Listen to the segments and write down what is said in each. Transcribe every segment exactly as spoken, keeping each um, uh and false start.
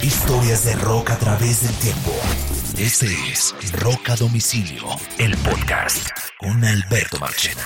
Historias de rock a través del tiempo. Este es Rock a Domicilio, el podcast con Alberto Marchena.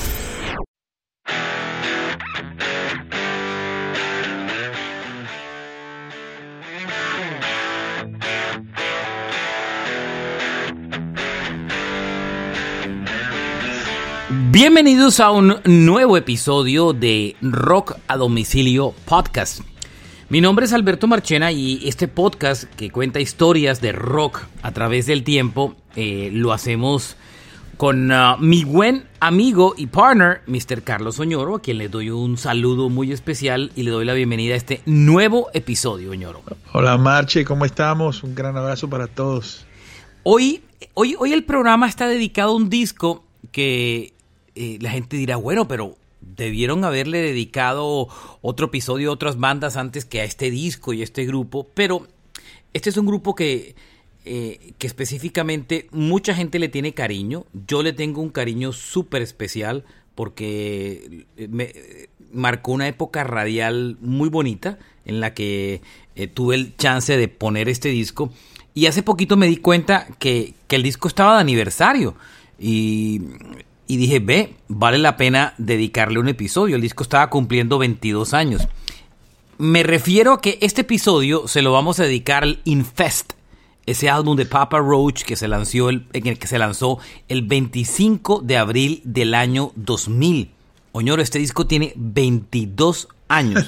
Bienvenidos a un nuevo episodio de Rock a Domicilio Podcast. Mi nombre es Alberto Marchena y este podcast que cuenta historias de rock a través del tiempo eh, lo hacemos con uh, mi buen amigo y partner, mister Carlos Oñoro, a quien le doy un saludo muy especial y le doy la bienvenida a este nuevo episodio, Oñoro. Hola Marche, ¿cómo estamos? Un gran abrazo para todos. Hoy, hoy, hoy el programa está dedicado a un disco que eh, la gente dirá, bueno, pero debieron haberle dedicado otro episodio a otras bandas antes que a este disco y a este grupo, pero este es un grupo que, eh, que específicamente mucha gente le tiene cariño. Yo le tengo un cariño súper especial porque me marcó una época radial muy bonita en la que eh, tuve el chance de poner este disco, y hace poquito me di cuenta que, que el disco estaba de aniversario y... Y dije, ve, vale la pena dedicarle un episodio. El disco estaba cumpliendo veintidós años. Me refiero a que este episodio se lo vamos a dedicar al Infest, ese álbum de Papa Roach que se lanzó el, en el que se lanzó el veinticinco de abril del año dos mil. Oñoro, este disco tiene veintidós años.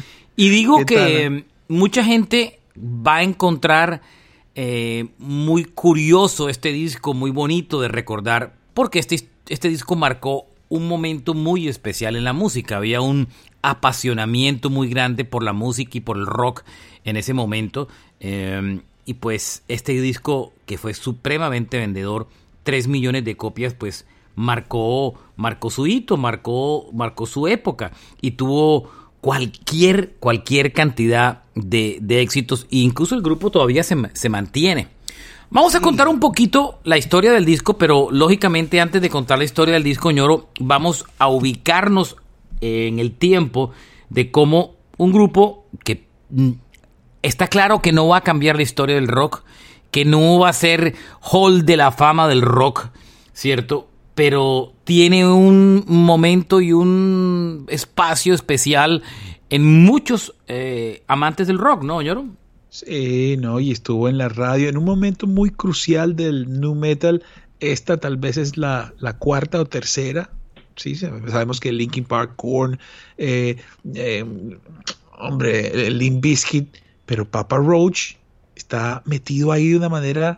Y digo que mucha gente va a encontrar eh, muy curioso este disco, muy bonito de recordar, porque este Este disco marcó un momento muy especial en la música. Había un apasionamiento muy grande por la música y por el rock en ese momento. Eh, y pues este disco, que fue supremamente vendedor, tres millones de copias, pues marcó, marcó su hito, marcó, marcó su época. Y tuvo cualquier, cualquier cantidad de, de éxitos. E incluso el grupo todavía se, se mantiene. Vamos a contar un poquito la historia del disco, pero lógicamente antes de contar la historia del disco, Ñoro, vamos a ubicarnos en el tiempo de cómo un grupo que está claro que no va a cambiar la historia del rock, que no va a ser hall de la fama del rock, ¿cierto? Pero tiene un momento y un espacio especial en muchos eh, amantes del rock, ¿no, Ñoro? Sí, no, y estuvo en la radio en un momento muy crucial del nu metal. Esta tal vez es la, la cuarta o tercera. Sí, sabemos que Linkin Park, Korn, eh, eh, hombre, Limp Bizkit, pero Papa Roach está metido ahí de una manera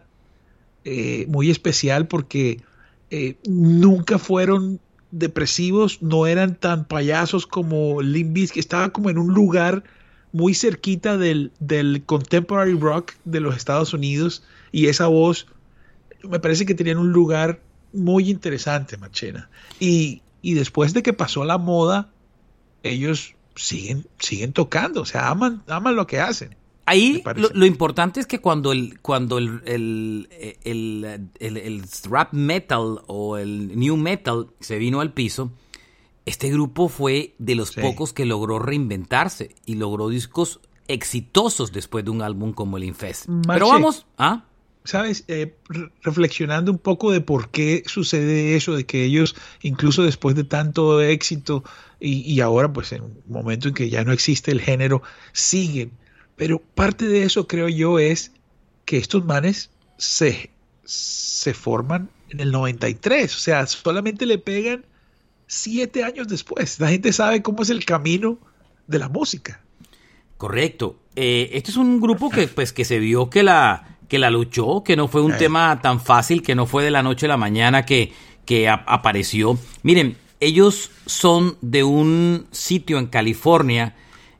eh, muy especial porque eh, nunca fueron depresivos, no eran tan payasos como Limp Bizkit, estaba como en un lugar muy cerquita del, del contemporary rock de los Estados Unidos, y esa voz me parece que tenían un lugar muy interesante, Marchena. Y, y después de que pasó la moda, ellos siguen, siguen tocando, o sea, aman, aman lo que hacen. Ahí lo, lo importante es que cuando el cuando el el, el, el, el rap metal o el new metal se vino al piso, este grupo fue de los sí. pocos que logró reinventarse y logró discos exitosos después de un álbum como el Infest. Marche, pero vamos, ¿ah? ¿Sabes? Eh, re- reflexionando un poco de por qué sucede eso, de que ellos, incluso después de tanto éxito y, y ahora pues en un momento en que ya no existe el género, siguen. Pero parte de eso, creo yo, es que estos manes se, se forman en el noventa y tres. O sea, solamente le pegan siete años después. La gente sabe cómo es el camino de la música. Correcto. Eh, este es un grupo que, pues, que se vio que la, que la luchó, que no fue un eh. tema tan fácil, que no fue de la noche a la mañana que, que a, apareció. Miren, ellos son de un sitio en California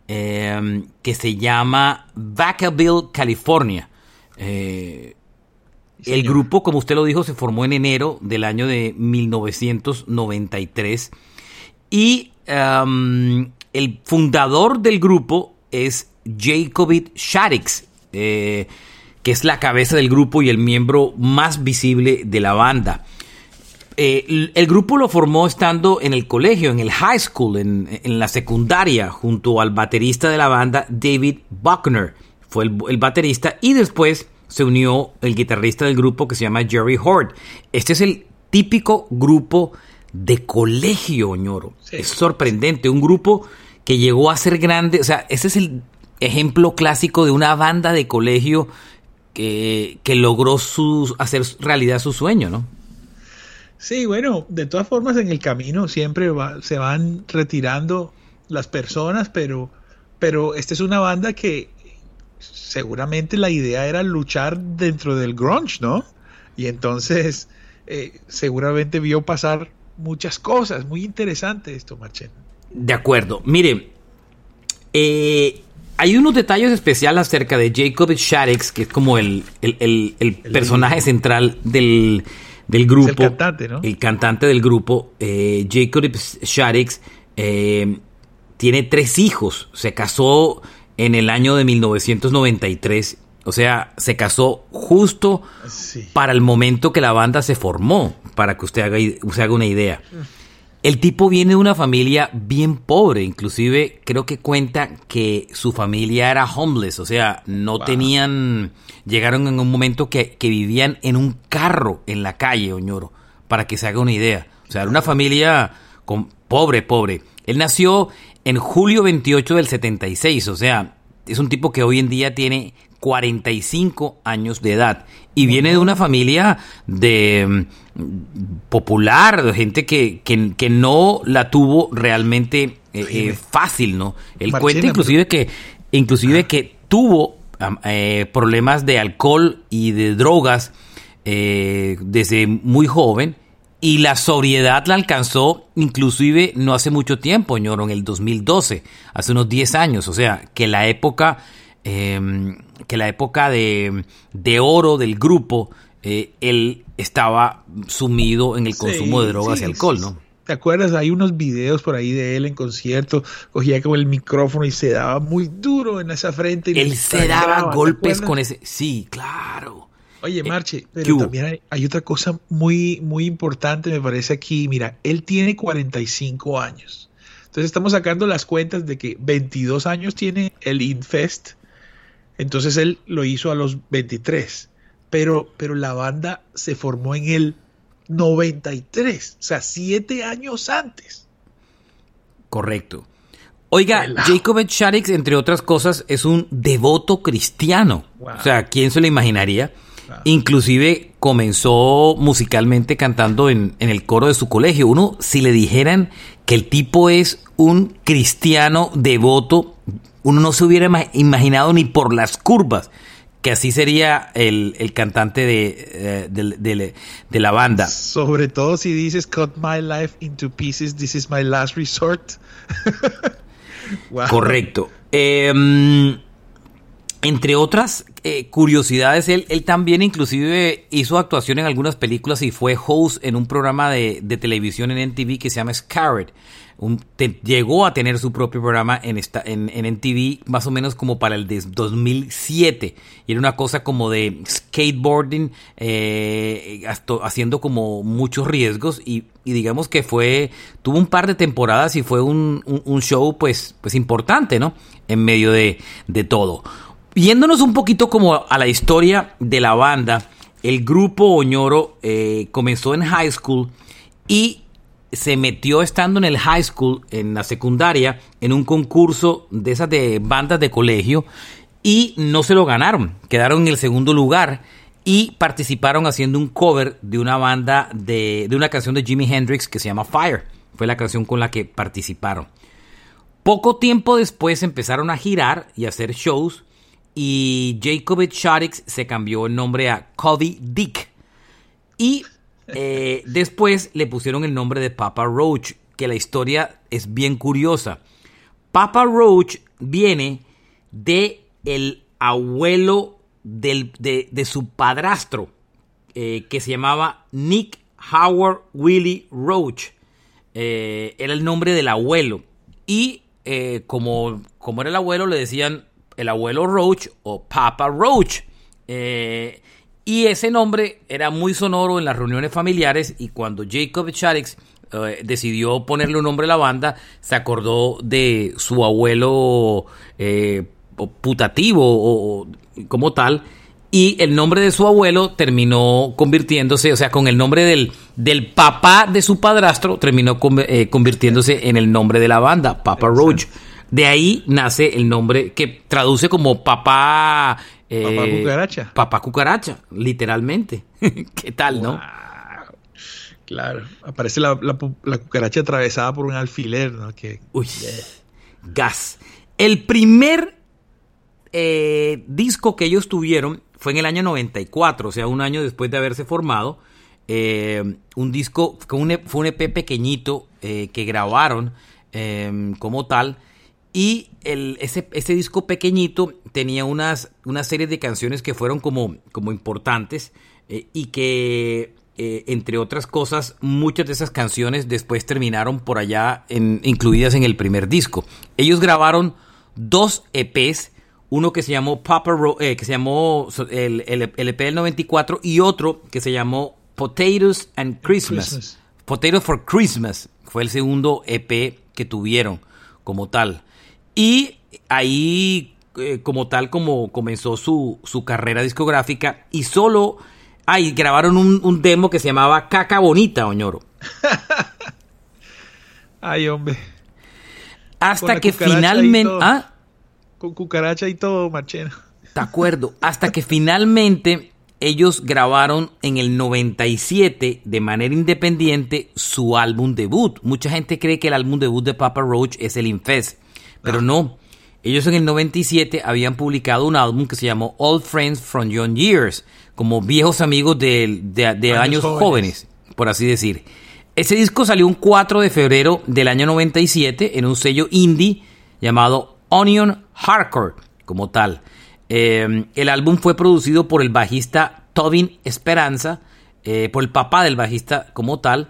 eh, que se llama Vacaville, California. Eh, El grupo, como usted lo dijo, se formó en enero del año de mil novecientos noventa y tres y um, el fundador del grupo es Jacobit Shaddix, eh, que es la cabeza del grupo y el miembro más visible de la banda. Eh, el, el grupo lo formó estando en el colegio, en el high school, en, en la secundaria, junto al baterista de la banda, David Buckner. fue el, el baterista, y después se unió el guitarrista del grupo que se llama Jerry Hort. Este es el típico grupo de colegio, ñoro. Sí. Es sorprendente, un grupo que llegó a ser grande. O sea, ese es el ejemplo clásico de una banda de colegio que, que logró sus, hacer realidad su sueño, ¿no? Sí, bueno, de todas formas en el camino siempre va, se van retirando las personas, pero, pero esta es una banda que seguramente la idea era luchar dentro del grunge, ¿no? Y entonces eh, seguramente vio pasar muchas cosas. Muy interesante esto, Marchen. De acuerdo. Mire, eh, hay unos detalles especiales acerca de Jacob Shaddix, que es como el, el, el, el, el personaje el... central del, del grupo. Es el cantante, ¿no? El cantante del grupo. Eh, Jacob Shaddix eh, tiene tres hijos. Se casó en el año de mil novecientos noventa y tres. O sea, se casó justo sí. para el momento que la banda se formó, para que usted haga, usted haga una idea. El tipo viene de una familia bien pobre, inclusive creo que cuenta que su familia era homeless, o sea, no wow. tenían, llegaron en un momento que, que vivían en un carro en la calle, Oñoro, para que se haga una idea. O sea, era una familia con, pobre, pobre. Él nació en julio veintiocho del setenta y seis, o sea, es un tipo que hoy en día tiene cuarenta y cinco años de edad y viene de una familia de popular, de gente que, que, que no la tuvo realmente eh, eh, fácil, ¿no? Él Marchena, cuenta inclusive que inclusive ah. que tuvo eh, problemas de alcohol y de drogas eh, desde muy joven, y la sobriedad la alcanzó inclusive no hace mucho tiempo, ñoro, en el dos mil doce, hace unos diez años, o sea, que la época Eh, que la época de, de oro del grupo, eh, él estaba sumido en el consumo sí, de drogas sí, y alcohol, ¿no? ¿Te acuerdas? Hay unos videos por ahí de él en concierto, cogía como el micrófono y se daba muy duro en esa frente. Y él se daba golpes con ese... Sí, claro. Oye, Marche, pero también hay, hay otra cosa muy, muy importante, me parece aquí. Mira, él tiene cuarenta y cinco años. Entonces estamos sacando las cuentas de que veintidós años tiene el Infest. Entonces él lo hizo a los veintitrés, pero, pero la banda se formó en el noventa y tres, o sea, siete años antes. Correcto. Oiga, Hello. Jacob Shaddix, entre otras cosas, es un devoto cristiano. Wow. O sea, ¿quién se lo imaginaría? Wow. Inclusive comenzó musicalmente cantando en, en el coro de su colegio. Uno, si le dijeran que el tipo es un cristiano devoto, uno no se hubiera imaginado ni por las curvas que así sería el, el cantante de, de, de, de la banda. Sobre todo si dices cut my life into pieces, this is my last resort. Wow. Correcto. Eh, entre otras eh, curiosidades, él, él también inclusive hizo actuación en algunas películas y fue host en un programa de, de televisión en N T V que se llama Scarred. Un, te, llegó a tener su propio programa en, esta, en, en N T V más o menos como para el de dos mil siete, y era una cosa como de skateboarding, eh, hasta, haciendo como muchos riesgos, y, y digamos que fue, tuvo un par de temporadas y fue un, un, un show pues, pues importante, ¿no? En medio de, de todo. Yéndonos un poquito como a la historia de la banda, el grupo Oñoro eh, comenzó en high school y se metió estando en el high school, en la secundaria, en un concurso de esas de bandas de colegio, y no se lo ganaron, quedaron en el segundo lugar y participaron haciendo un cover de una banda de, de una canción de Jimi Hendrix que se llama Fire. Fue la canción con la que participaron. Poco tiempo después empezaron a girar y a hacer shows, y Jacob Shaddix se cambió el nombre a Cody Dick, y Eh, después le pusieron el nombre de Papa Roach, que la historia es bien curiosa. Papa Roach viene de el abuelo del, de, de su padrastro, eh, que se llamaba Nick Howard Willie Roach. Eh, era el nombre del abuelo, y eh, como, como era el abuelo, le decían el abuelo Roach o Papa Roach. eh, Y ese nombre era muy sonoro en las reuniones familiares, y cuando Jacob Shaddix eh, decidió ponerle un nombre a la banda, se acordó de su abuelo eh, o putativo o, o como tal, y el nombre de su abuelo terminó convirtiéndose, o sea, con el nombre del, del papá de su padrastro, terminó con, eh, convirtiéndose en el nombre de la banda, Papa Roach. De ahí nace el nombre que traduce como papá... Eh, papá cucaracha. Papá cucaracha, literalmente. ¿Qué tal, wow, no? Claro, aparece la, la, la cucaracha atravesada por un alfiler, ¿no? Que, Uy, yeah. Gas. El primer eh, disco que ellos tuvieron fue en el año noventa y cuatro, o sea, un año después de haberse formado. Eh, un disco, fue un, fue un E P pequeñito eh, que grabaron eh, como tal. Y el, ese, ese disco pequeñito tenía unas, una serie de canciones que fueron como, como importantes eh, y que, eh, entre otras cosas, muchas de esas canciones después terminaron por allá en, incluidas en el primer disco. Ellos grabaron dos E Pes, uno que se llamó Papa Ro- eh, que se llamó el, el, el E P del noventa y cuatro y otro que se llamó Potatoes and Christmas. Christmas. Potatoes for Christmas fue el segundo E P que tuvieron como tal. Y ahí, eh, como tal, como comenzó su, su carrera discográfica, y solo, ahí grabaron un, un demo que se llamaba Caca Bonita, Oñoro. Ay, hombre. Hasta que finalmente... ¿Ah? Con cucaracha y todo, Marchena. De acuerdo. Hasta que finalmente ellos grabaron en el noventa y siete, de manera independiente, su álbum debut. Mucha gente cree que el álbum debut de Papa Roach es el Infest. Pero no, ellos en el noventa y siete habían publicado un álbum que se llamó Old Friends from Young Years, como viejos amigos de, de, de años, años jóvenes. jóvenes, por así decir. Ese disco salió un cuatro de febrero del año noventa y siete en un sello indie llamado Onion Hardcore, como tal. Eh, el álbum fue producido por el bajista Tobin Esperanza, eh, por el papá del bajista como tal,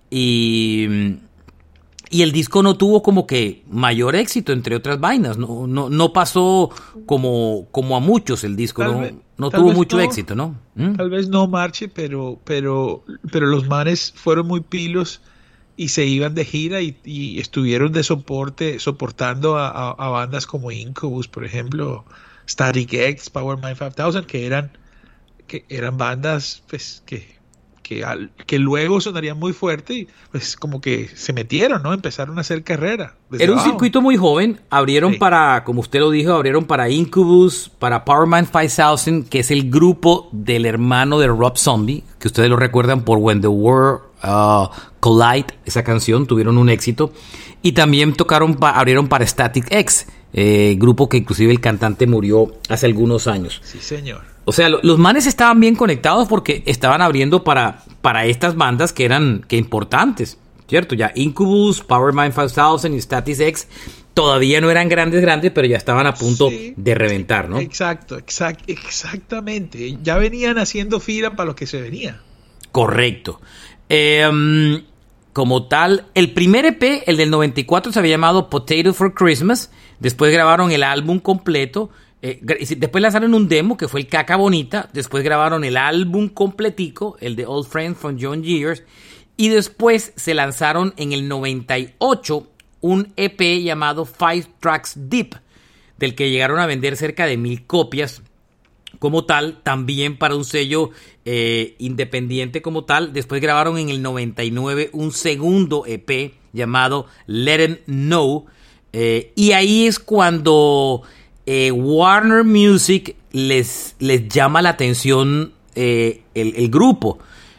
y... Y el disco no tuvo como que mayor éxito, entre otras vainas. No, no, no pasó como, como a muchos el disco. Tal no, vez, no tuvo mucho no, éxito, ¿no? ¿Mm? Tal vez no, Marche, pero, pero, pero los manes fueron muy pilos y se iban de gira y, y estuvieron de soporte, soportando a, a, a bandas como Incubus, por ejemplo, Static X, Power Mind cinco mil, que eran, que eran bandas pues que... Que, al, que luego sonarían muy fuerte y pues como que se metieron, ¿no? Empezaron a hacer carrera. Era un abajo. circuito muy joven, abrieron sí. para, como usted lo dijo, abrieron para Incubus, para Powermind cinco mil, que es el grupo del hermano de Rob Zombie, que ustedes lo recuerdan por When the World uh, Collide, esa canción, tuvieron un éxito. Y también tocaron, abrieron para Static X, eh, grupo que inclusive el cantante murió hace algunos años. Sí, señor. O sea, los manes estaban bien conectados porque estaban abriendo para, para estas bandas que eran que importantes, ¿cierto? Ya Incubus, Powermind cinco mil y Static X todavía no eran grandes, grandes, pero ya estaban a punto sí, de reventar, ¿no? Exacto, exact, exactamente. Ya venían haciendo fila para lo que se venía. Correcto. Eh, um, como tal, el primer E P, el del noventa y cuatro, se había llamado Potato for Christmas. Después grabaron el álbum completo. Eh, después lanzaron un demo que fue el Caca Bonita. Después grabaron el álbum completico, el de Old Friends from Young Years. Y después se lanzaron en el noventa y ocho un E P llamado Five Tracks Deep, del que llegaron a vender cerca de mil copias como tal, también para un sello eh, independiente como tal. Después grabaron en el noventa y nueve un segundo E P llamado Let 'Em Know. Eh, y ahí es cuando... Eh, Warner Music les, les llama la atención eh, el, el grupo,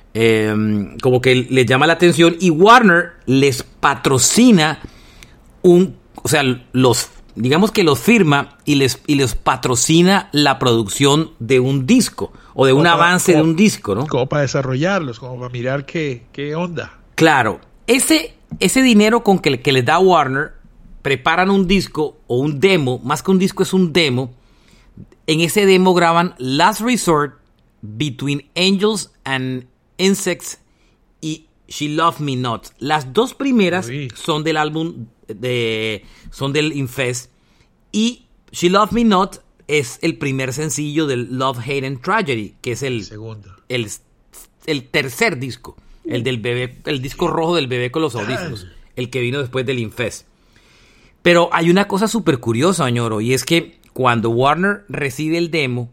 eh, como que les llama la atención y Warner les patrocina un, o sea, los, digamos que los firma y les, y les patrocina la producción de un disco o de un avance de un disco, ¿no? Como para desarrollarlos, como para mirar qué, qué onda. Claro, ese, ese dinero con que, que les da Warner, preparan un disco o un demo, más que un disco es un demo. En ese demo graban Last Resort, Between Angels and Insects y She Loved Me Not. Las dos primeras Uy. son del álbum de son del Infest y She Loved Me Not es el primer sencillo del Love, Hate and Tragedy, que es el segundo, el, el tercer disco, el del bebé, el disco rojo del bebé con los audífonos, el que vino después del Infest. Pero hay una cosa súper curiosa, Oñoro, y es que cuando Warner recibe el demo,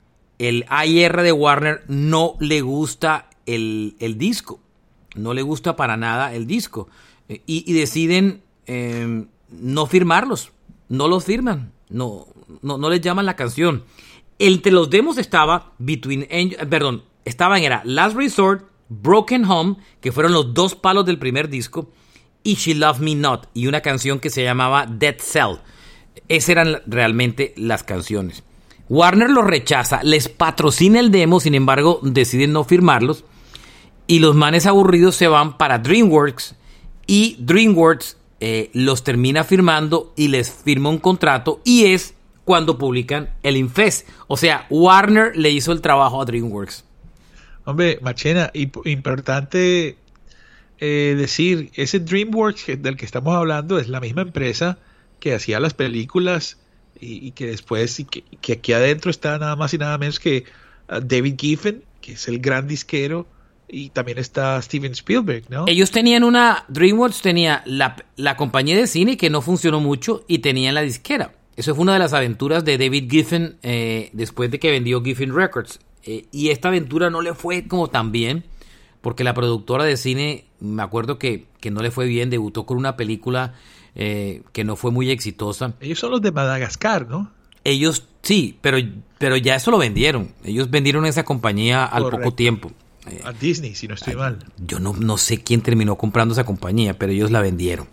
el A y R de Warner no le gusta el, el disco. No le gusta para nada el disco. Eh, y, y deciden eh, no firmarlos. No los firman. No, no, no les llaman la canción. Entre los demos estaba Between Angels, perdón, estaban era Last Resort, Broken Home, que fueron los dos palos del primer disco, y She Loved Me Not, y una canción que se llamaba Dead Cell. Esas eran realmente las canciones. Warner los rechaza, les patrocina el demo, sin embargo, deciden no firmarlos, y los manes aburridos se van para DreamWorks, y DreamWorks eh, los termina firmando y les firma un contrato, y es cuando publican el Infest. O sea, Warner le hizo el trabajo a DreamWorks. Hombre, Marchena, importante eh, decir, ese DreamWorks del que estamos hablando es la misma empresa que hacía las películas y, y que después, y que, que aquí adentro está nada más y nada menos que uh, David Geffen, que es el gran disquero, y también está Steven Spielberg, ¿no? Ellos tenían una, DreamWorks tenía la, la compañía de cine que no funcionó mucho y tenían la disquera. Eso fue una de las aventuras de David Geffen eh, después de que vendió Geffen Records. Eh, y esta aventura no le fue como tan bien, porque la productora de cine, me acuerdo que, que no le fue bien, debutó con una película eh, que no fue muy exitosa. Ellos son los de Madagascar, ¿no? Ellos sí, pero, pero ya eso lo vendieron. Ellos vendieron esa compañía al Correcto. Poco tiempo. Eh, a Disney, si no estoy mal. Yo no, no sé quién terminó comprando esa compañía, pero ellos la vendieron.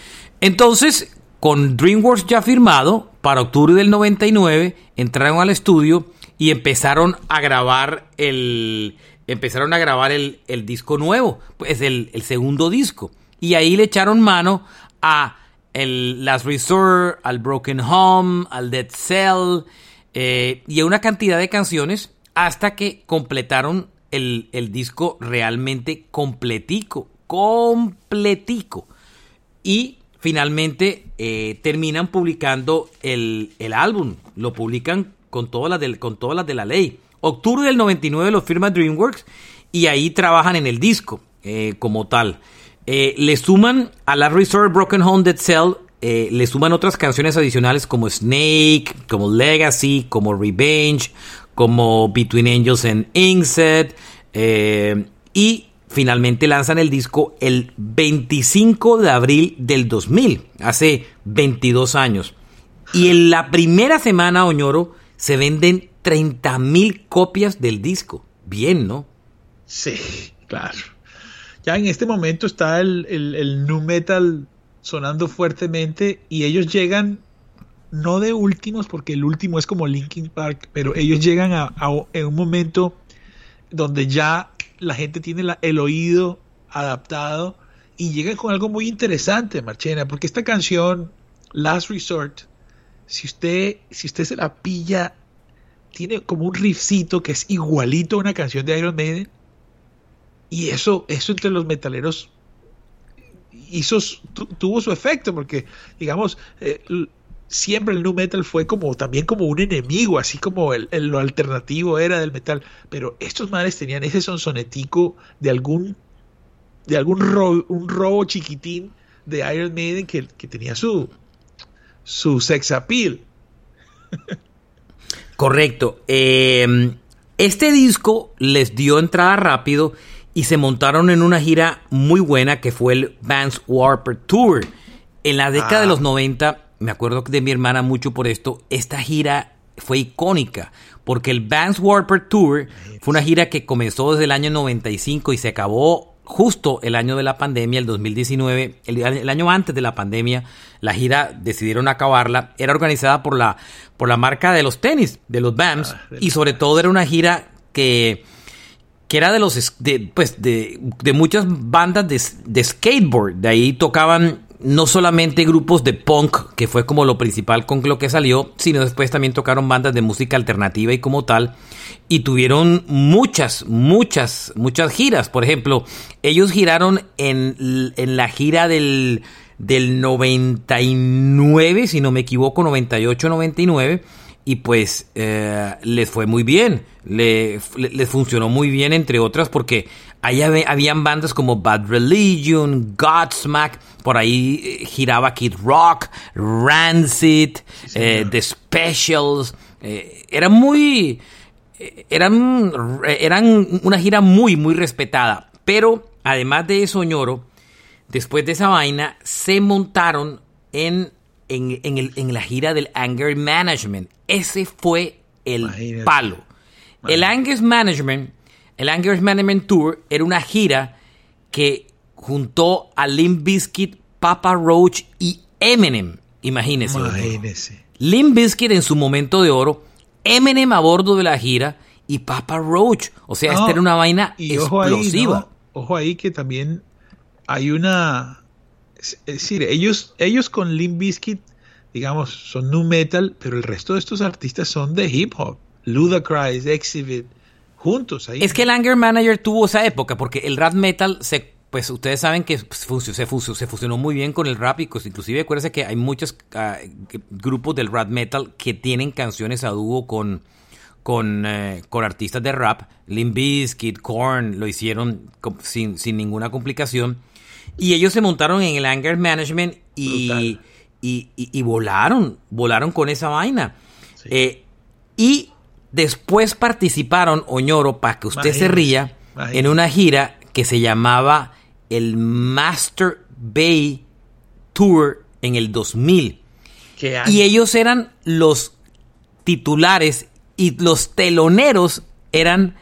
Entonces, con DreamWorks ya firmado, para octubre del noventa y nueve, entraron al estudio y empezaron a grabar el, empezaron a grabar el, el disco nuevo, pues el, el segundo disco. Y ahí le echaron mano a el Last Resort, al Broken Home, al Dead Cell, eh, y a una cantidad de canciones hasta que completaron el, el disco realmente completico, completico. Y finalmente eh, terminan publicando el, el álbum. Lo publican con todas las de, con todas las de la ley. Octubre del noventa y nueve lo firma DreamWorks y ahí trabajan en el disco eh, como tal. Eh, le suman a Last Resort, Broken Home, Dead Cell, eh, le suman otras canciones adicionales como Snake, como Legacy, como Revenge, como Between Angels and Inkset, eh, y finalmente lanzan el disco el veinticinco de abril del dos mil, hace veintidós años. Y en la primera semana, Oñoro, se venden treinta mil copias del disco. Bien, ¿no? Sí, claro. Ya en este momento está el, el, el nu metal sonando fuertemente y ellos llegan, no de últimos, porque el último es como Linkin Park, pero ellos llegan a, a, en un momento donde ya la gente tiene la, el oído adaptado y llegan con algo muy interesante, Marchena, porque esta canción, Last Resort, si usted, si usted se la pilla, tiene como un riffcito que es igualito a una canción de Iron Maiden, y eso, eso entre los metaleros hizo, tu, tuvo su efecto, porque digamos, eh, siempre el nu metal fue como también como un enemigo, así como el, el, lo alternativo era del metal, pero estos manes tenían ese sonsonetico de algún de algún robo, un robo chiquitín de Iron Maiden que, que tenía su su sex appeal. Correcto. Eh, este disco les dio entrada rápido y se montaron en una gira muy buena que fue el Vans Warped Tour. En la década ah. de los noventa, me acuerdo de mi hermana mucho por esto, esta gira fue icónica, porque el Vans Warped Tour fue una gira que comenzó desde el año noventa y cinco y se acabó justo el año de la pandemia, el dos mil diecinueve, el, el año antes de la pandemia. La gira decidieron acabarla. Era organizada por la, por la marca de los tenis, de los Vans, ah, y sobre todo era una gira que... que era de los de, pues de, de muchas bandas de, de skateboard. De ahí tocaban no solamente grupos de punk, que fue como lo principal con lo que salió, sino después también tocaron bandas de música alternativa y como tal. Y tuvieron muchas, muchas, muchas giras. Por ejemplo, ellos giraron en, en la gira del, del noventa y nueve, si no me equivoco, noventa y ocho noventa y nueve. y pues eh, les fue muy bien, le, le, les funcionó muy bien, entre otras, porque ahí hab- habían bandas como Bad Religion, Godsmack, por ahí eh, giraba Kid Rock, Rancid, sí, eh, The Specials, eh, eran muy, eh, eran, eran una gira muy, muy respetada, pero además de eso, ñoro, después de esa vaina, se montaron en, en, en, el, en la gira del Anger Management. Ese fue el Imagínate. palo. Imagínate. El Anger Management, el Anger Management Tour era una gira que juntó a Limp Bizkit, Papa Roach y Eminem. Imagínese. Imagínese. Limp Bizkit en su momento de oro, Eminem a bordo de la gira y Papa Roach. O sea, no, esta era una vaina y explosiva. Ojo ahí, ¿no? Ojo ahí que también hay una... Es decir, ellos, ellos con Limp Bizkit, digamos, son nu metal, pero el resto de estos artistas son de hip hop. Ludacris, Exhibit, juntos ahí. Es que el Anger Manager tuvo esa época, porque el rap metal, se, pues ustedes saben que se, se, fusionó, se fusionó muy bien con el rap, y pues, inclusive acuérdense que hay muchos uh, grupos del rap metal que tienen canciones a dúo con, con, uh, con artistas de rap. Limp Bizkit, Korn, lo hicieron con, sin, sin ninguna complicación. Y ellos se montaron en el Anger Management y, y, y, y volaron, volaron con esa vaina. Sí. Eh, y después participaron, Oñoro, para que usted imagínese, se ría, imagínese. en una gira que se llamaba el Master Bay Tour en el dos mil. ¿Qué año? Y ellos eran los titulares y los teloneros eran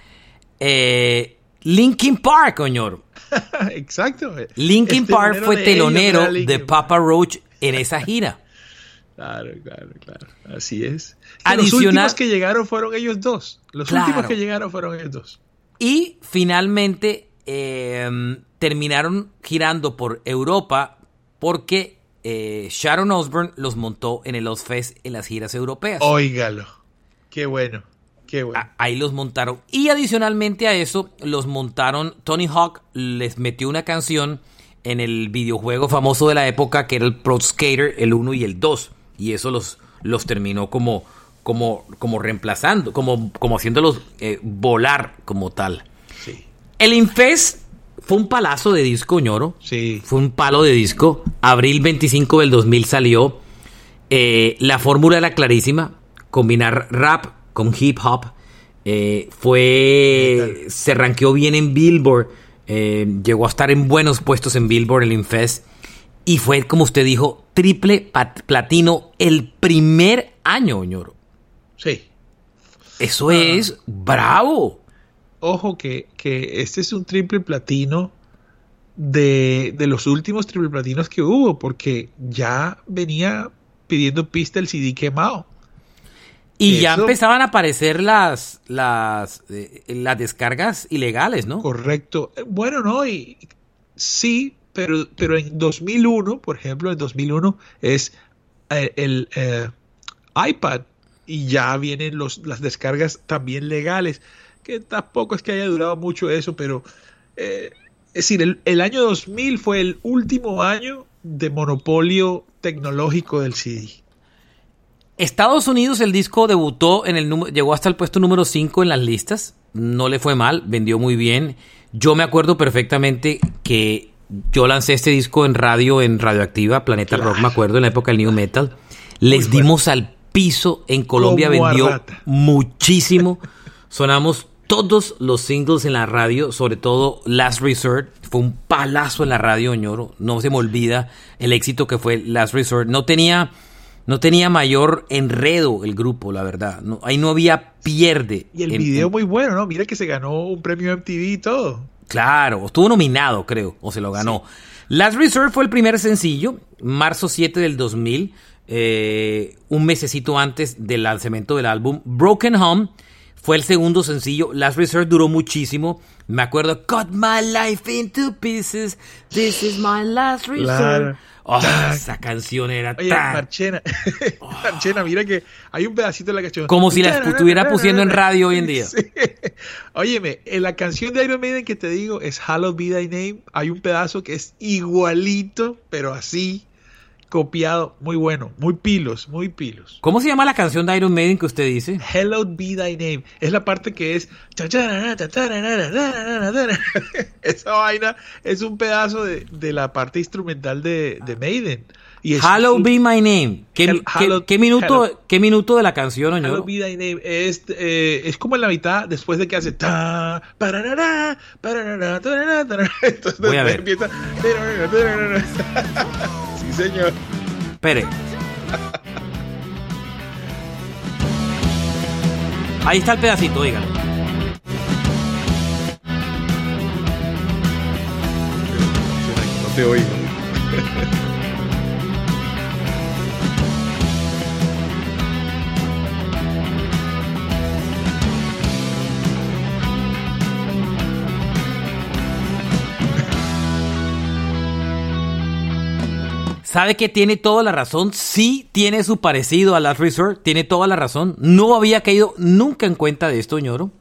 eh, Linkin Park, Oñoro. Exacto. Linkin Park fue telonero de, de Papa Roach en esa gira. Claro, claro, claro. Así es. Adicional, los últimos que llegaron fueron ellos dos. Los claro. últimos que llegaron fueron ellos dos. Y finalmente eh, terminaron girando por Europa porque eh, Sharon Osbourne los montó en el Ozfest en las giras europeas. Óigalo. Qué bueno. Qué bueno. Ahí los montaron. Y adicionalmente a eso, los montaron. Tony Hawk les metió una canción en el videojuego famoso de la época, que era el Pro Skater, el uno y el dos. Y eso los, los terminó como, como, como reemplazando, como, como haciéndolos eh, volar como tal. Sí. El Infest fue un palazo de disco, ñoro. Sí. Fue un palo de disco. Abril veinticinco del dos mil salió. Eh, la fórmula era clarísima. Combinar rap con hip hop, eh, fue se rankeó bien en Billboard, eh, llegó a estar en buenos puestos en Billboard, el Infest, y fue, como usted dijo, triple pat- platino el primer año, ñoro. Sí. Eso ah. es bravo. Ojo que, que este es un triple platino de, de los últimos triple platinos que hubo, porque ya venía pidiendo pista el C D quemado. Y Eso, ya empezaban a aparecer las las, eh, las descargas ilegales, ¿no? Correcto. Bueno, no, y sí, pero, pero en dos mil uno, por ejemplo, en dos mil uno es eh, el eh, iPad y ya vienen los, las descargas también legales, que tampoco es que haya durado mucho eso, pero eh, es decir, el, el año dos mil fue el último año de monopolio tecnológico del C D. Estados Unidos, el disco debutó en el número, llegó hasta el puesto número cinco en las listas. No le fue mal, vendió muy bien. Yo me acuerdo perfectamente que yo lancé este disco en radio, en Radioactiva, Planeta claro. Rock, me acuerdo, en la época del New Metal. Les muy dimos bueno. al piso. En Colombia vendió arrata. muchísimo. Sonamos todos los singles en la radio, sobre todo Last Resort. Fue un palazo en la radio, ñoro. No se me olvida el éxito que fue Last Resort. No tenía... No tenía mayor enredo el grupo, la verdad. No, ahí no había pierde. Y el en, video en... muy bueno, ¿no? Mira que se ganó un premio M T V y todo. Claro, estuvo nominado, creo, o se lo ganó. Sí. Last Resort fue el primer sencillo, marzo siete del dos mil, eh, un mesecito antes del lanzamiento del álbum. Broken Home fue el segundo sencillo. Last Resort duró muchísimo. Me acuerdo, Cut my life into pieces, this is my last resort. Claro. Oh, esa canción era Oye, tan... Marchena, oh. Marchena, mira que hay un pedacito de la canción. Como si la estuviera pusiendo en radio hoy en día. Sí. Óyeme, en la canción de Iron Maiden que te digo es Hallowed Be Thy Name. Hay un pedazo que es igualito, pero así, copiado, muy bueno, muy pilos, muy pilos. ¿Cómo se llama la canción de Iron Maiden que usted dice? Hallowed be thy name. Es la parte que es... Esa vaina es un pedazo de, de la parte instrumental de, de Maiden. Y es, Hallowed be my name. ¿Qué, Hall- qué, Hallowed- qué minuto, Hallowed- ¿Qué minuto de la canción, Oñoro? Hallowed be thy name es, eh, es como en la mitad después de que hace ta, pararara, pararara, tarara, tarara. Entonces Voy a ver. empieza tarara, tarara. Sí, señor. Espere. Ahí está el pedacito, dígalo. No te oigo. ¿Sabe que tiene toda la razón? Sí tiene su parecido a Last Resort, tiene toda la razón. No había caído nunca en cuenta de esto, Ñoro.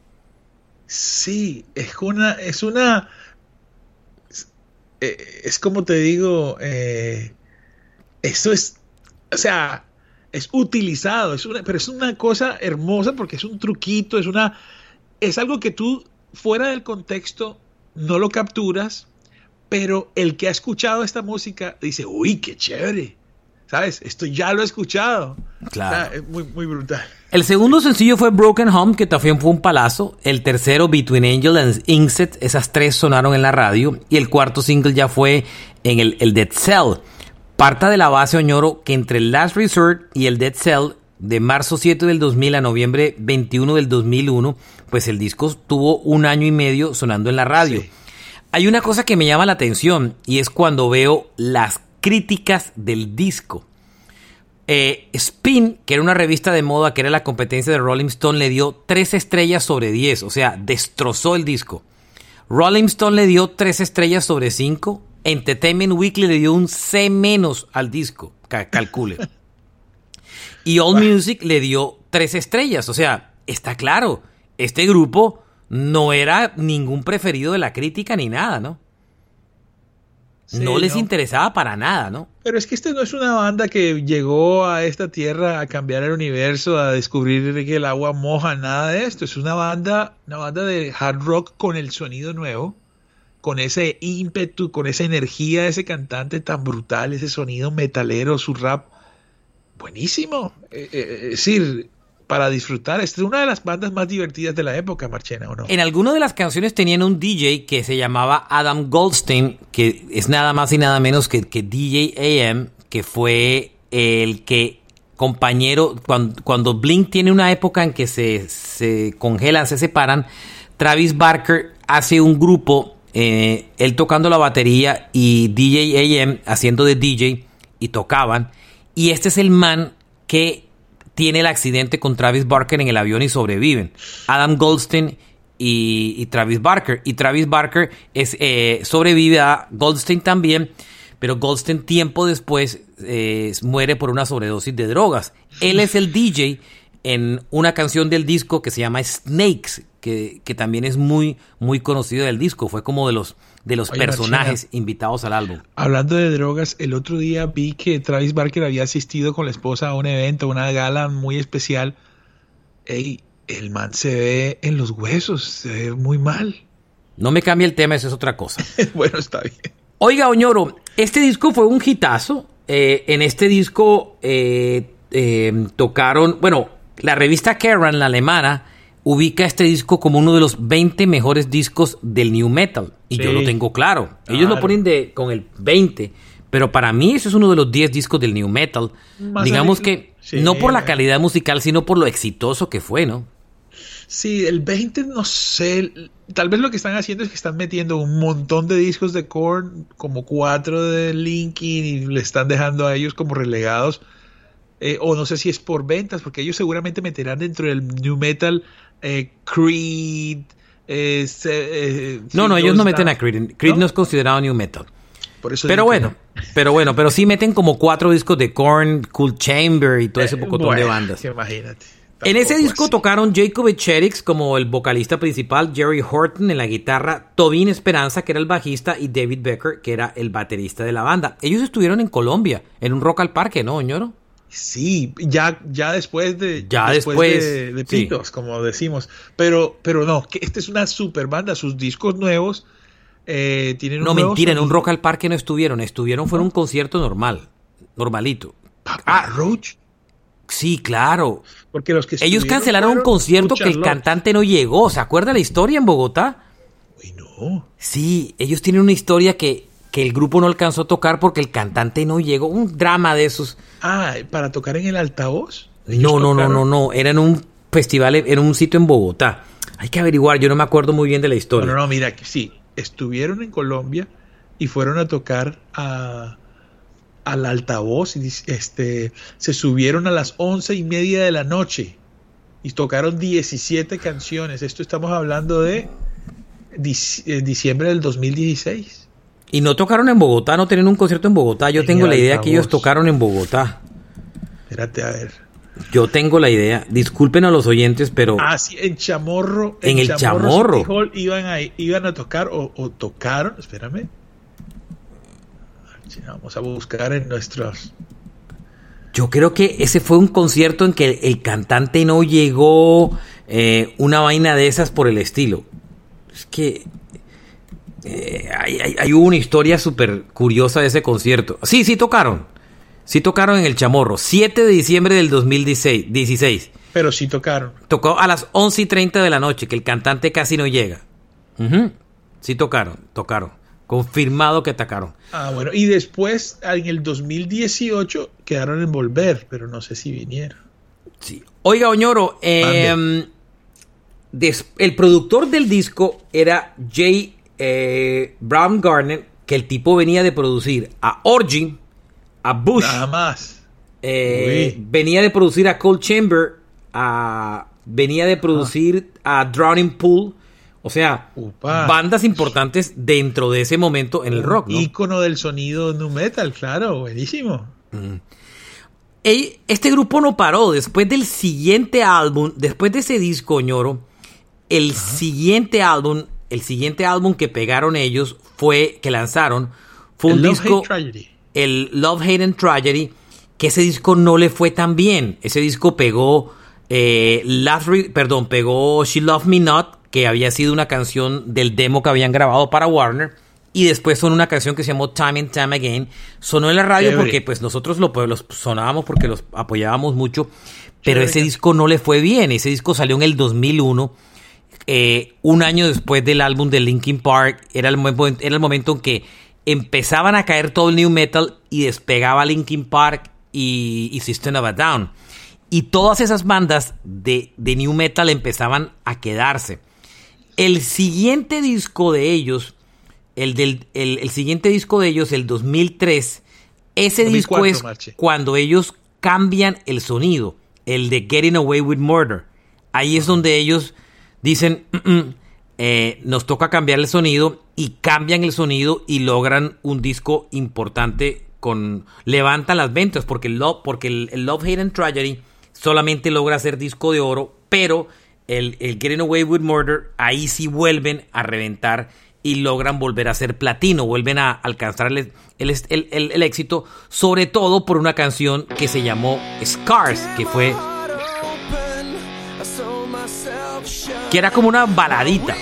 Sí, es una, es una, es, eh, es como te digo, eh, esto es, o sea, es utilizado, es una, pero es una cosa hermosa porque es un truquito, es una, es algo que tú fuera del contexto no lo capturas, pero el que ha escuchado esta música dice, uy, qué chévere, ¿sabes? Esto ya lo he escuchado. Claro. O sea, es muy, muy brutal. El segundo sencillo fue Broken Home, que también fue un palazo. El tercero, Between Angel and Inset. Esas tres sonaron en la radio. Y el cuarto single ya fue en el, el Dead Cell. Parta de la base, Oñoro, que entre el Last Resort y el Dead Cell, de marzo siete del dos mil a noviembre veintiuno del dos mil uno, pues el disco tuvo un año y medio sonando en la radio. Sí. Hay una cosa que me llama la atención y es cuando veo las críticas del disco. Eh, Spin, que era una revista de moda, que era la competencia de Rolling Stone, le dio tres estrellas sobre diez, o sea, destrozó el disco. Rolling Stone le dio tres estrellas sobre cinco. Entertainment Weekly le dio un C menos al disco, ca- calcule. Y All Music le dio tres estrellas, o sea, está claro, este grupo no era ningún preferido de la crítica ni nada, ¿no? Sí, no les no. interesaba para nada, ¿no? Pero es que esta no es una banda que llegó a esta tierra a cambiar el universo, a descubrir que el agua moja, nada de esto. Es una banda, una banda de hard rock con el sonido nuevo, con ese ímpetu, con esa energía de ese cantante tan brutal, ese sonido metalero, su rap, buenísimo. Eh, eh, es decir, para disfrutar. Esta es una de las bandas más divertidas de la época, Marchena, ¿o no? En algunas de las canciones tenían un D J que se llamaba Adam Goldstein, que es nada más y nada menos que, que D J A M, que fue el que, compañero, cuando, cuando Blink tiene una época en que se, se congelan, se separan, Travis Barker hace un grupo, eh, él tocando la batería y D J A M haciendo de D J, y tocaban, y este es el man que tiene el accidente con Travis Barker en el avión y sobreviven. Adam Goldstein y, y Travis Barker. Y Travis Barker es, eh, sobrevive a Goldstein también, pero Goldstein tiempo después eh, muere por una sobredosis de drogas. Él es el D J en una canción del disco que se llama Snakes, que, que también es muy, muy conocido del disco. Fue como de los, de los Oye, personajes Marchena, invitados al álbum. Hablando de drogas, el otro día vi que Travis Barker había asistido con la esposa a un evento, una gala muy especial. Ey, el man se ve en los huesos, se ve muy mal. No me cambie el tema, eso es otra cosa. Bueno, está bien. Oiga, Oñoro, este disco fue un hitazo. Eh, en este disco eh, eh, tocaron, bueno, la revista Kerrang, la alemana, ubica este disco como uno de los veinte mejores discos del new metal. Y sí, yo lo tengo claro. Ellos claro. lo ponen de, con el veinte. Pero para mí eso es uno de los diez discos del new metal. Más Digamos el... que sí, no por la calidad musical, sino por lo exitoso que fue, ¿no? Sí, el veinte no sé. Tal vez lo que están haciendo es que están metiendo un montón de discos de Korn, como cuatro de Linkin, y le están dejando a ellos como relegados. Eh, o no sé si es por ventas, porque ellos seguramente meterán dentro del new metal eh, Creed. Eh, eh, no, no, ellos no meten a Creed. Creed ¿no? no es considerado new metal. Por eso pero bueno, no. pero bueno, pero sí meten como cuatro discos de Korn, Cool Chamber y todo ese pocotón eh, bueno, de bandas. Imagínate. En ese disco así. tocaron Jacob Echerix como el vocalista principal, Jerry Horton en la guitarra, Tobin Esperanza, que era el bajista, y David Becker, que era el baterista de la banda. Ellos estuvieron en Colombia, en un Rock al Parque, ¿no, ñoro? Sí, ya, ya después de, ya después, después de, de pitos, sí. Como decimos. Pero, pero no, que esta es una super banda. Sus discos nuevos eh, tienen un No, mentira, sonido. En un Rock al Parque no estuvieron. Estuvieron, fue en un concierto normal, normalito. ¿Papa ah, Roach? Sí, claro. Porque los que ellos cancelaron un concierto que el cantante no llegó. ¿Se acuerda la historia en Bogotá? Uy, no. Sí, ellos tienen una historia que, que el grupo no alcanzó a tocar porque el cantante no llegó. Un drama de esos. Ah, ¿para tocar en el altavoz? No, no, no, no, no. Era en un festival, en un sitio en Bogotá. Hay que averiguar, yo no me acuerdo muy bien de la historia. No, no, no, mira, sí. Estuvieron en Colombia y fueron a tocar a... al altavoz y este, se subieron a las once y media de la noche y tocaron diecisiete canciones. Esto estamos hablando de dic- eh, diciembre del dos mil dieciséis. Y no tocaron en Bogotá, no tienen un concierto en Bogotá. Yo en tengo la idea altavoz. Que ellos tocaron en Bogotá. Espérate, a ver. Yo tengo la idea. Disculpen a los oyentes, pero... Ah, sí, en Chamorro. En, en el Chamorro. City Hall iban a, iban a tocar o, o tocaron, espérame. Vamos a buscar en nuestros... Yo creo que ese fue un concierto en que el cantante no llegó, eh, una vaina de esas por el estilo. Es que eh, hay, hay, hay una historia súper curiosa de ese concierto. Sí, sí tocaron. Sí tocaron en el Chamorro. siete de diciembre del dos mil dieciséis. Pero sí tocaron. Tocó a las once y treinta de la noche, que el cantante casi no llega. Uh-huh. Sí tocaron, tocaron. Confirmado que atacaron. Ah, bueno. Y después, en el dos mil dieciocho, quedaron en volver, pero no sé si vinieron. Sí. Oiga, Oñoro, eh, des, el productor del disco era Jay eh, Brown Garner, que el tipo venía de producir a Orgy, a Bush. Nada más. Eh, venía de producir a Cold Chamber, a, venía de producir ah. a Drowning Pool. O sea, Upa. bandas importantes dentro de ese momento en el rock, ¿no? Ícono del sonido nu metal, claro, buenísimo. Mm. Este grupo no paró. Después del siguiente álbum, después de ese disco, ñoro, el Ajá. siguiente álbum, el siguiente álbum que pegaron ellos fue, que lanzaron, fue un el disco, Love, Hate, Tragedy. el Love, Hate and Tragedy, que ese disco no le fue tan bien. Ese disco pegó, eh, Last Re- perdón, pegó She Loved Me Not, que había sido una canción del demo que habían grabado para Warner, y después sonó una canción que se llamó Time and Time Again. Sonó en la radio Chévere. Porque pues nosotros lo, los sonábamos porque los apoyábamos mucho, pero Chévere. Ese disco no le fue bien. Ese disco salió en el dos mil uno, eh, un año después del álbum de Linkin Park. Era el, era el momento en que empezaban a caer todo el new metal y despegaba Linkin Park y, y System of a Down. Y todas esas bandas de, de new metal empezaban a quedarse. El siguiente disco de ellos, el del el, el siguiente disco de ellos, el dos mil tres, ese dos mil cuatro, disco es Marche. Cuando ellos cambian el sonido, el de Getting Away with Murder. Ahí es donde ellos dicen, mm, mm, eh, nos toca cambiar el sonido, y cambian el sonido y logran un disco importante, con levantan las ventas, porque el Love, porque el, el Love, Hate and Tragedy solamente logra hacer disco de oro, pero El, el Getting Away with Murder, ahí sí vuelven a reventar y logran volver a ser platino, vuelven a alcanzar el, el, el, el, el éxito, sobre todo por una canción que se llamó Scars, que fue que era como una baladita.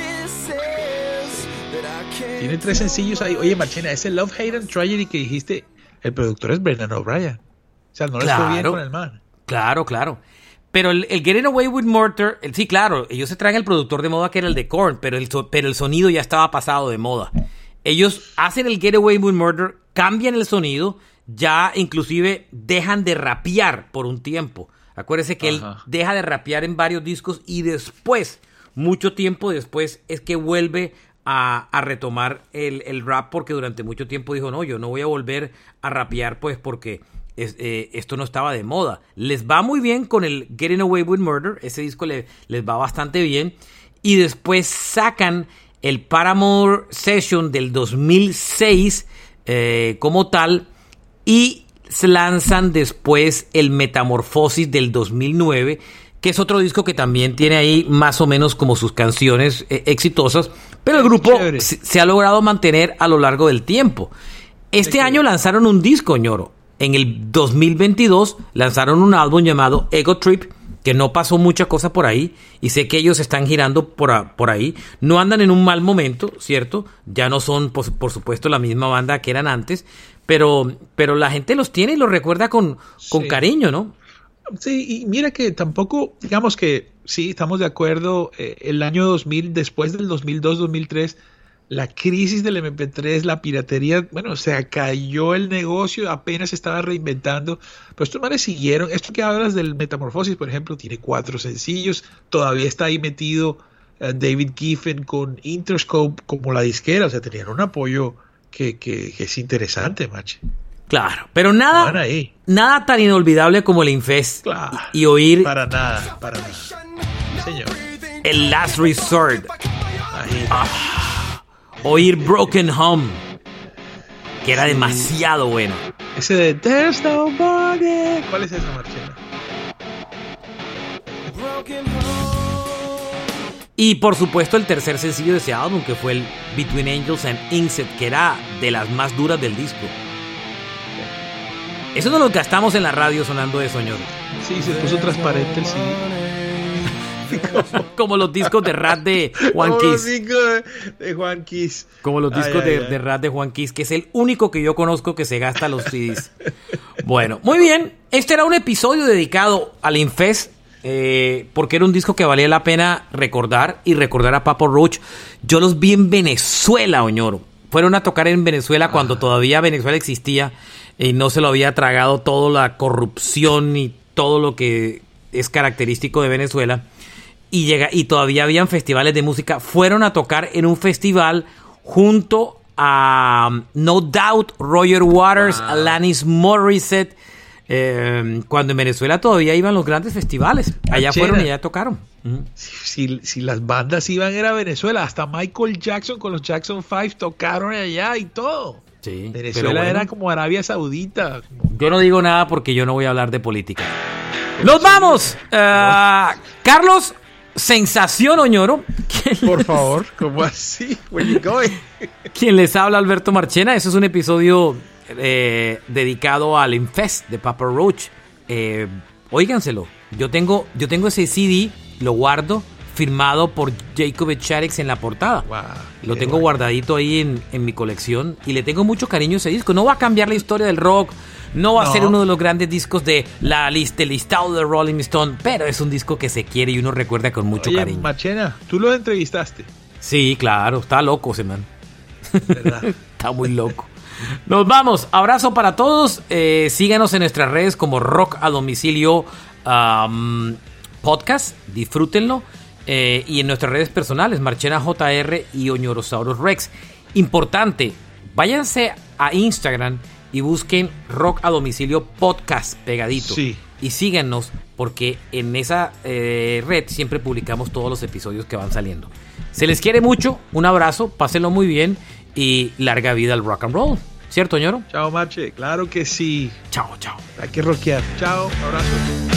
Tiene tres sencillos ahí. Oye, Marchena, ese Love, Hate and Tragedy que dijiste, el productor es Brendan O'Brien. O sea, no les claro, fue bien con el man. Claro, claro. Pero el, el Getting Away with Murder, el, sí, claro, ellos se traen el productor de moda que era el de Korn, pero el, pero el sonido ya estaba pasado de moda. Ellos hacen el Get Away with Murder, cambian el sonido, ya inclusive dejan de rapear por un tiempo. Acuérdese que Ajá. él deja de rapear en varios discos y después, mucho tiempo después, es que vuelve a, a retomar el, el rap, porque durante mucho tiempo dijo, no, yo no voy a volver a rapear pues porque... Es, eh, esto no estaba de moda. Les va muy bien con el Getting Away with Murder. Ese disco le, les va bastante bien. Y después sacan el Paramore Session del dos mil seis eh, como tal. Y lanzan después el Metamorphosis del dos mil nueve, que es otro disco que también tiene ahí más o menos como sus canciones eh, exitosas, pero el grupo se, se ha logrado mantener a lo largo del tiempo. Este año lanzaron un disco, ñoro. En el dos mil veintidós lanzaron un álbum llamado Ego Trip, que no pasó mucha cosa por ahí, y sé que ellos están girando por, a, por ahí. No andan en un mal momento, ¿cierto? Ya no son, por, por supuesto, la misma banda que eran antes, pero, pero la gente los tiene y los recuerda con, con sí. cariño, ¿no? Sí, y mira que tampoco, digamos que sí, estamos de acuerdo, eh, el año dos mil, después del dos mil dos, dos mil tres, la crisis del eme pe tres, la piratería, bueno, se cayó el negocio, apenas se estaba reinventando, pero estos manes siguieron. Esto que hablas del Metamorfosis, por ejemplo, tiene cuatro sencillos, todavía está ahí metido uh, David Geffen con Interscope como la disquera, o sea, tenían un apoyo que, que, que es interesante, macho. Claro, pero nada, nada tan inolvidable como el Infest claro, y, y oír... Para nada, para nada. Señor. El Last Resort. Ah, oír Broken Home, que era sí. demasiado bueno. Ese de There's Nobody. ¿Cuál es esa, Marchena? Y por supuesto el tercer sencillo de ese álbum, que fue el Between Angels and Inset, que era de las más duras del disco. Eso no lo gastamos en la radio sonando eso, señor. Sí, se puso transparente el C D. como, como los discos de rap de Juan como Kiss. Los discos de Juan Kiss. Como los discos ay, de, ay, ay. de rap de Juan Kiss, que es el único que yo conozco que se gasta los C Ds. Bueno, muy bien. Este era un episodio dedicado al Infest, eh, porque era un disco que valía la pena recordar y recordar a Papa Roach. Yo los vi en Venezuela, Oñoro. Fueron a tocar en Venezuela cuando ah. todavía Venezuela existía y no se lo había tragado toda la corrupción y todo lo que es característico de Venezuela. Y, llega, y todavía habían festivales de música. Fueron a tocar en un festival junto a um, No Doubt, Roger Waters, wow. Alanis Morissette, eh, cuando en Venezuela todavía iban los grandes festivales. Allá Chera. Fueron y allá tocaron. Uh-huh. Si, si, si las bandas iban era Venezuela, hasta Michael Jackson con los Jackson Five tocaron allá y todo. Sí, Venezuela bueno, era como Arabia Saudita. Yo no digo nada porque yo no voy a hablar de política. ¡Nos vamos! Uh, Carlos, sensación, Oñoro. Por favor, ¿cómo así? Where you going? Quien les habla, Alberto Marchena. Eso es un episodio eh, dedicado al Infest de Papa Roach. Eh, óiganselo. Yo tengo, yo tengo ese C D, lo guardo, firmado por Jacob Echarex en la portada. Wow, lo tengo bueno. guardadito ahí en, en mi colección y le tengo mucho cariño a ese disco. No va a cambiar la historia del rock, no va no. a ser uno de los grandes discos de la lista, el listado de Rolling Stone, pero es un disco que se quiere y uno recuerda con mucho Oye, cariño. Marchena, ¿tú lo entrevistaste? Sí, claro, está loco ese man. ¿Verdad? Está muy loco. Nos vamos, abrazo para todos. Eh, síganos en nuestras redes como Rock a Domicilio um, Podcast, disfrútenlo. Eh, y en nuestras redes personales, Marchena J R y Oñorosaurus Rex. Importante, váyanse a Instagram y busquen Rock a Domicilio Podcast pegadito. Sí. Y síganos porque en esa eh, red siempre publicamos todos los episodios que van saliendo. Se les quiere mucho, un abrazo, pásenlo muy bien y larga vida al rock and roll. ¿Cierto, Ñoro? Chao, Marche, claro que sí. Chao, chao. Hay que rockear. Chao, abrazo.